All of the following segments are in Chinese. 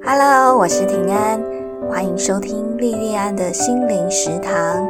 Hello， 我是庭安，欢迎收听莉莉安的心灵食堂。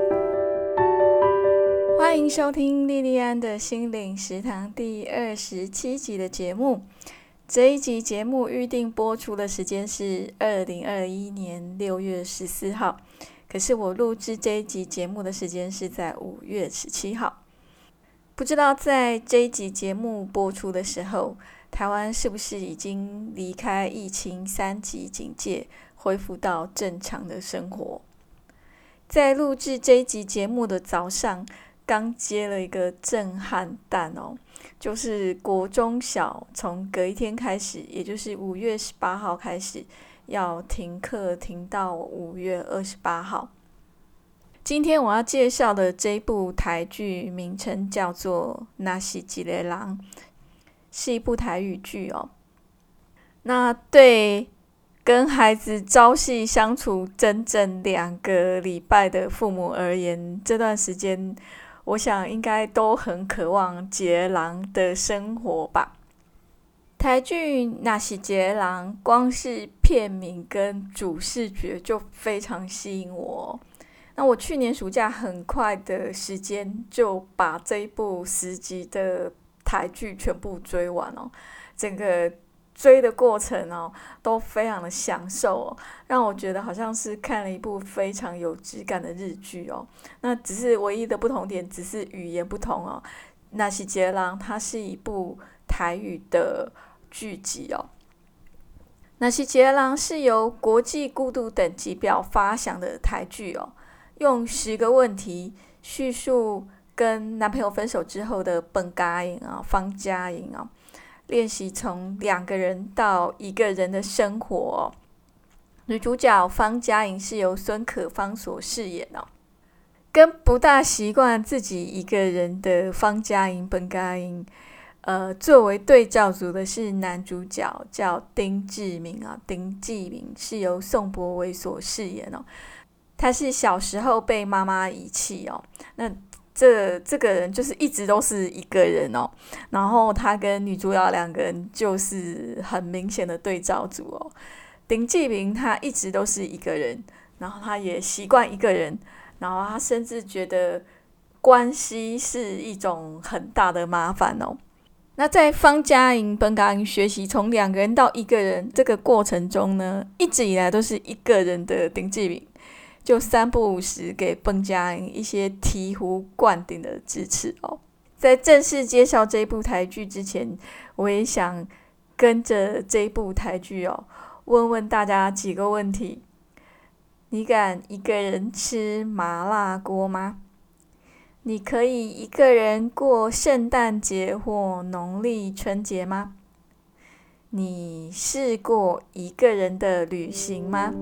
欢迎收听莉莉安的心灵食堂第27集的节目。这一集节目预定播出的时间是2021年6月14号，可是我录制这一集节目的时间是在5月17号。不知道在这一集节目播出的时候，台湾是不是已经离开疫情3级警戒，恢复到正常的生活？在录制这一集节目的早上，刚接了一个震撼弹哦，就是国中小从隔一天开始，也就是5月18号开始要停课，停到5月28号。今天我要介绍的这部台剧名称叫做《若是一个人》，是一部台语剧哦。那对跟孩子朝夕相处整整2个礼拜的父母而言，这段时间我想应该都很渴望一个人的生活吧。台剧《若是一个人》光是片名跟主视觉就非常吸引我哦。那我去年暑假很快的时间就把这一部10集的台剧全部追完哦，整个追的过程哦都非常的享受哦，让我觉得好像是看了一部非常有质感的日剧哦。那只是唯一的不同点，只是语言不同哦。若是一个人它是一部台语的剧集哦。若是一个人是由国际孤独等级表发想的台剧哦。用10个问题叙述跟男朋友分手之后的本家营啊、方家营啊，练习从2个人到1个人的生活哦。女主角方家营是由孙可芳所饰演哦。跟不大习惯自己一个人的方家营、本家营，作为对照组的是男主角叫丁志明啊，丁继明是由宋柏惟所饰演哦。他是小时候被妈妈遗弃哦，那这个人就是一直都是一个人哦，然后他跟女主角2个人就是很明显的对照组哦。丁继明他一直都是一个人，然后他也习惯一个人，然后他甚至觉得关系是一种很大的麻烦哦。那在方家营、本家营学习从2个人到1个人这个过程中呢，一直以来都是一个人的丁继明就3不5时给本家营一些醍醐灌顶的支持哦。在正式介绍这部台剧之前，我也想跟着这部台剧哦，问问大家几个问题：你敢一个人吃麻辣锅吗？你可以一个人过圣诞节或农历春节吗？你试过一个人的旅行吗？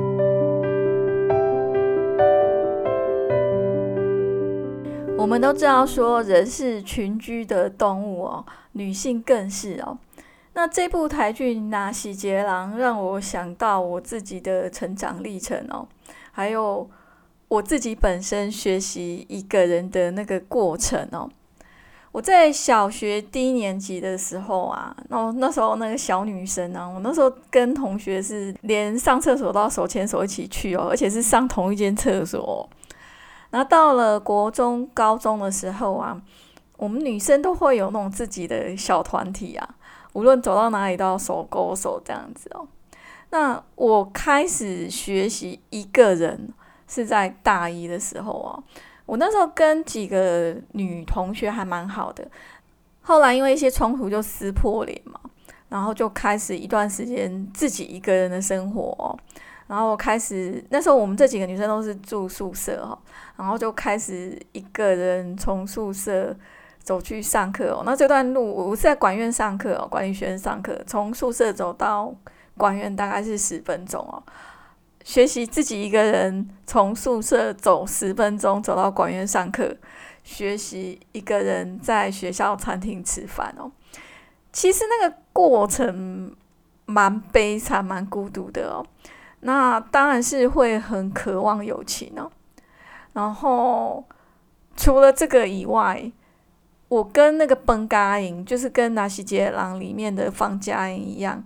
我们都知道说人是群居的动物哦，女性更是哦。那这部台剧《若是一个人》让我想到我自己的成长历程哦，还有我自己本身学习一个人的那个过程哦。我在小学低年级的时候啊，那时候那个小女生啊，我那时候跟同学是连上厕所都要手牵手一起去哦，而且是上同一间厕所哦。然后到了国中、高中的时候啊，我们女生都会有那种自己的小团体啊，无论走到哪里都要手勾手这样子哦。那我开始学习一个人是在大1的时候啊，我那时候跟几个女同学还蛮好的，后来因为一些冲突就撕破脸嘛，然后就开始一段时间自己一个人的生活哦。然后开始那时候我们这几个女生都是住宿舍哦，然后就开始一个人从宿舍走去上课哦。那这段路我是在管院上课哦，管理学院上课，从宿舍走到管院大概是10分钟哦。学习自己一个人从宿舍走10分钟走到管院上课，学习一个人在学校餐厅吃饭哦。其实那个过程蛮悲惨、蛮孤独的哦。那当然是会很渴望友情哦。然后除了这个以外，我跟那个本家营，就是跟《若是一个人》里面的方家营一样，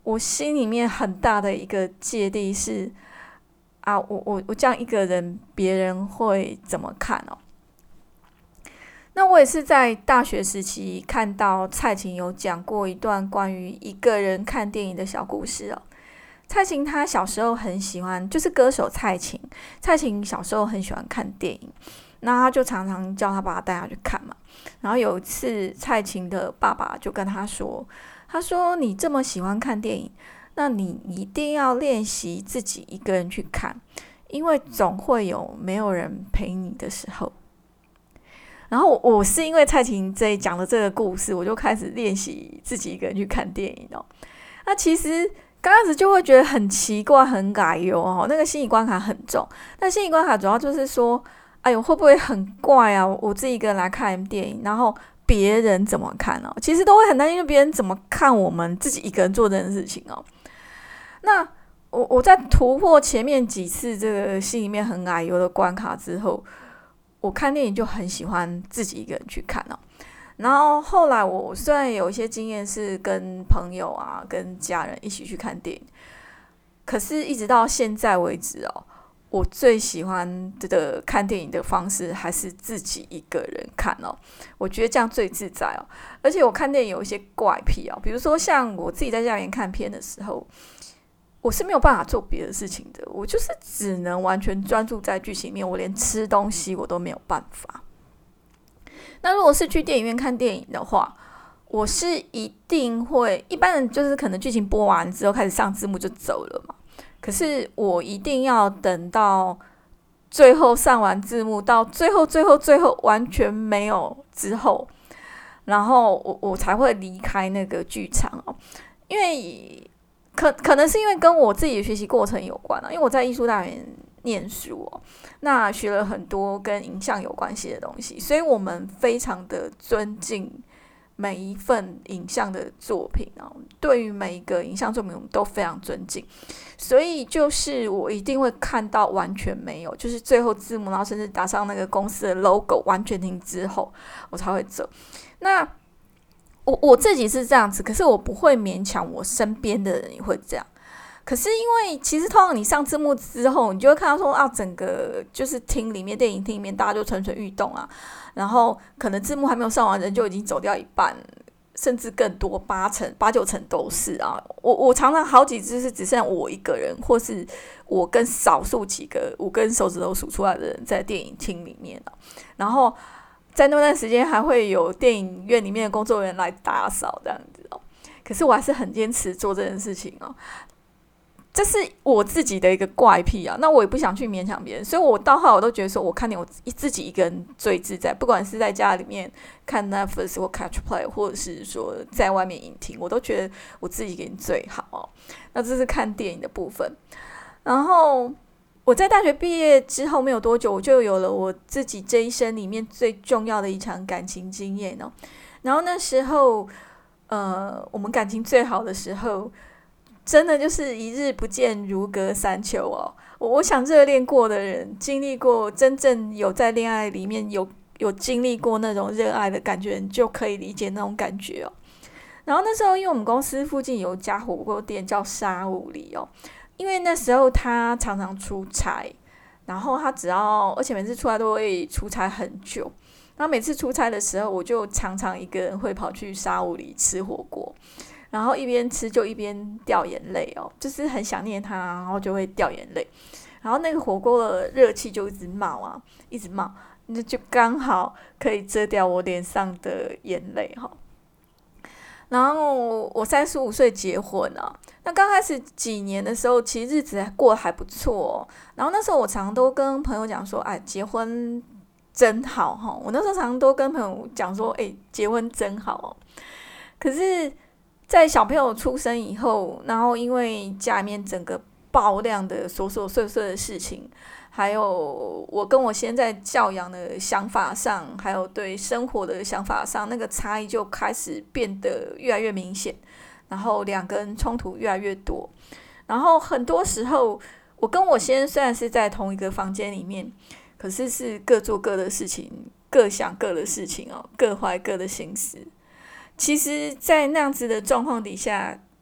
我心里面很大的一个芥蒂是啊，我这样一个人，别人会怎么看哦？那我也是在大学时期看到蔡琴有讲过一段关于一个人看电影的小故事哦。蔡琴她小时候很喜欢，就是歌手蔡琴。蔡琴小时候很喜欢看电影，那她就常常叫她爸爸带她去看嘛。然后有一次，蔡琴的爸爸就跟她说：“他说你这么喜欢看电影，那你一定要练习自己一个人去看，因为总会有没有人陪你的时候。”然后我是因为蔡琴这讲的这个故事，我就开始练习自己一个人去看电影哦。那其实刚开始就会觉得很奇怪、很改哟哦，那个心理关卡很重。但心理关卡主要就是说，哎呦，会不会很怪啊？我自己一个人来看电影，然后别人怎么看哦？其实都会很担心，就别人怎么看我们自己一个人做这件事情哦。那我在突破前面几次这个心里面很矮油的关卡之后，我看电影就很喜欢自己一个人去看哦。然后后来我虽然有一些经验是跟朋友啊、跟家人一起去看电影，可是一直到现在为止哦，我最喜欢的看电影的方式还是自己一个人看哦。我觉得这样最自在哦。而且我看电影有一些怪癖哦，比如说像我自己在家里面看片的时候，我是没有办法做别的事情的，我就是只能完全专注在剧情里面，我连吃东西我都没有办法。那如果是去电影院看电影的话，我是一定会，一般人就是可能剧情播完之后开始上字幕就走了嘛。可是我一定要等到最后上完字幕，到最后完全没有之后，然后我才会离开那个剧场哦。因为可能是因为跟我自己的学习过程有关啊，因为我在艺术大学念书哦，那学了很多跟影像有关系的东西，所以我们非常的尊敬每一份影像的作品哦，对于每一个影像作品我们都非常尊敬，所以就是我一定会看到完全没有，就是最后字幕，然后甚至打上那个公司的 logo 完全停之后，我才会走。那我自己是这样子，可是我不会勉强我身边的人也会这样。可是因为其实通常你上字幕之后，你就会看到说啊，整个就是厅里面电影厅里面大家就蠢蠢欲动啊，然后可能字幕还没有上完，人就已经走掉一半，甚至更多八九成都是啊。我常常好几次是只剩我一个人，或是我跟少数几个5根手指头数出来的人在电影厅里面啊，然后在那段时间还会有电影院里面的工作人员来打扫这样子哦。可是我还是很坚持做这件事情哦，这是我自己的一个怪癖啊。那我也不想去勉强别人，所以我到后来我都觉得说，我看点我自己一个人最自在，不管是在家里面看 Netflix 或 Catch Play， 或者是说在外面影厅，我都觉得我自己一个人最好哦。那这是看电影的部分，然后我在大学毕业之后没有多久，我就有了我自己这一生里面最重要的一场感情经验哦。然后那时候，我们感情最好的时候，真的就是一日不见如隔三秋哦。我想热恋过的人，经历过真正有在恋爱里面有经历过那种热爱的感觉，你就可以理解那种感觉哦。然后那时候，因为我们公司附近有一家火锅店叫沙五里哦，因为那时候他常常出差，然后他而且每次出差都会出差很久。然后每次出差的时候，我就常常一个人会跑去沙屋里吃火锅，然后一边吃就一边掉眼泪哦，就是很想念他，然后就会掉眼泪。然后那个火锅的热气就一直冒啊，一直冒，那就刚好可以遮掉我脸上的眼泪哈。然后我35岁结婚啊，那刚开始几年的时候，其实日子过得还不错哦。然后那时候我常都跟朋友讲说，哎，结婚真好哈！我那时候常常都跟朋友讲说，结婚真好哦。可是，在小朋友出生以后，然后因为家里面整个爆量的琐琐碎碎的事情，还有我跟我现在教养的想法上，还有对生活的想法上，那个差异就开始变得越来越明显，然后两个人冲突越来越多。然后很多时候，我跟我先生虽然是在同一个房间里面，可是各做各的事情，各想各的事情哦，各怀各的心思。其实，在那样子的状况底下，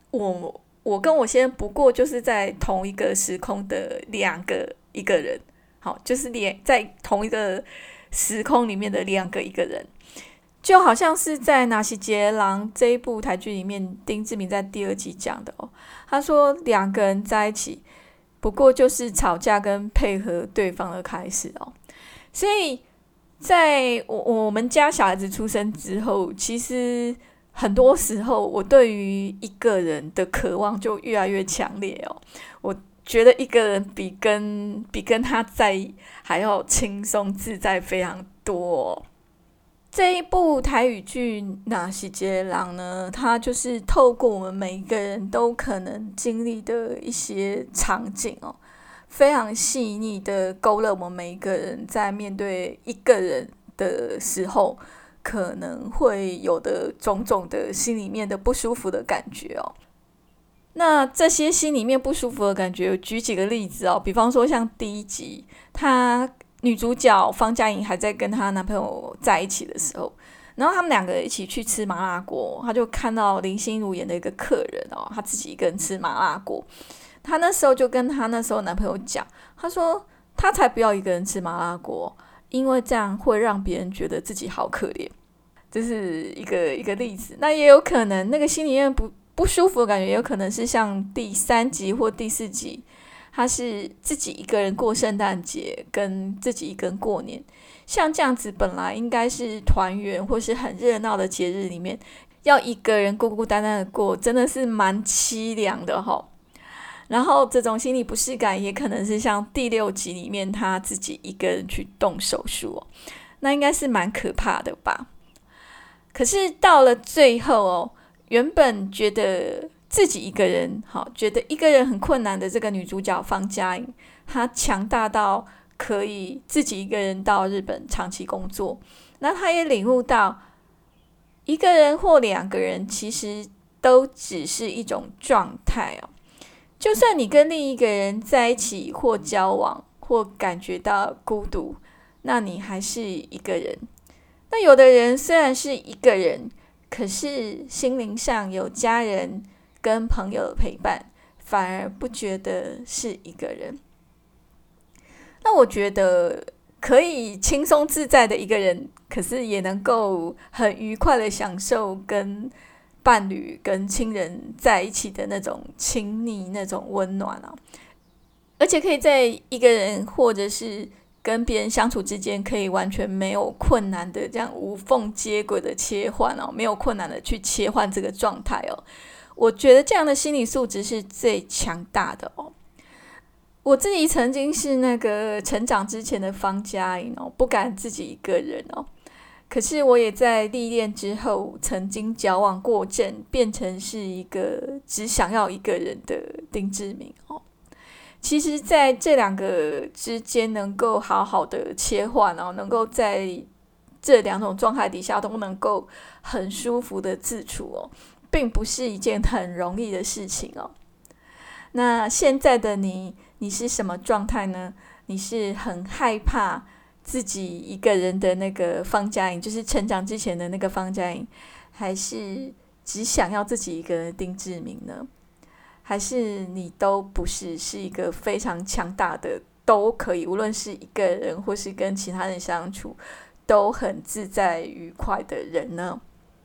我跟我先生不过就是在同一个时空的一个人，好，就是在同一个时空里面的一个人，就好像是在《纳西杰郎》这一部台剧里面，丁志明在第2集讲的哦。他说两个人在一起，不过就是吵架跟配合对方的开始哦。所以在我们家小孩子出生之后，其实很多时候我对于一个人的渴望就越来越强烈哦。我觉得一个人比跟他在一还要轻松自在非常多哦。这一部台语剧《那西杰郎》呢，它就是透过我们每一个人都可能经历的一些场景哦，非常细腻的勾勒我们每一个人在面对一个人的时候可能会有的种种的心里面的不舒服的感觉哦。那这些心里面不舒服的感觉，举几个例子哦，比方说像第1集，女主角方嘉莹还在跟她男朋友在一起的时候，然后他们2个一起去吃麻辣锅，她就看到林心如演的一个客人哦，她自己一个人吃麻辣锅，她那时候就跟她那时候男朋友讲，她说她才不要一个人吃麻辣锅，因为这样会让别人觉得自己好可怜，这是一个例子。那也有可能那个心里面不舒服的感觉，也有可能是像第3集或第4集，他是自己一个人过圣诞节，跟自己一个人过年，像这样子本来应该是团圆或是很热闹的节日里面，要一个人孤孤单单的过，真的是蛮凄凉的齁。然后这种心理不适感也可能是像第6集里面他自己一个人去动手术哦，那应该是蛮可怕的吧。可是到了最后哦，原本觉得自己一个人觉得一个人很困难的这个女主角方嘉莹，她强大到可以自己一个人到日本长期工作，那她也领悟到一个人或2个人其实都只是一种状态哦。就算你跟另一个人在一起或交往或感觉到孤独，那你还是一个人。那有的人虽然是一个人，可是心灵上有家人跟朋友的陪伴，反而不觉得是一个人。那我觉得可以轻松自在的一个人，可是也能够很愉快的享受跟伴侣跟亲人在一起的那种亲昵那种温暖啊，而且可以在一个人或者是跟别人相处之间，可以完全没有困难的这样无缝接轨的切换哦，没有困难的去切换这个状态哦。我觉得这样的心理素质是最强大的哦。我自己曾经是那个成长之前的方嘉莹哦，不敢自己一个人哦。可是我也在历练之后，曾经矫枉过正，变成是一个只想要一个人的丁志明哦。其实在这2个之间能够好好的切换哦，能够在这2种状态底下都能够很舒服的自处哦，并不是一件很容易的事情哦。那现在的你是什么状态呢？你是很害怕自己一个人的那个方嘉莹，就是成长之前的那个方嘉莹，还是只想要自己一个人的丁志明呢？还是你都不是一个非常强大的，都可以无论是一个人或是跟其他人相处都很自在愉快的人呢？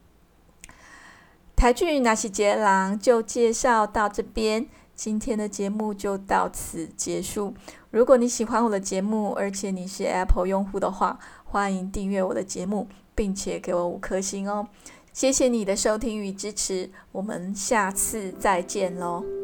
台剧《那西杰郎》就介绍到这边，今天的节目就到此结束。如果你喜欢我的节目，而且你是 Apple 用户的话，欢迎订阅我的节目，并且给我5颗星哦。谢谢你的收听与支持，我们下次再见咯。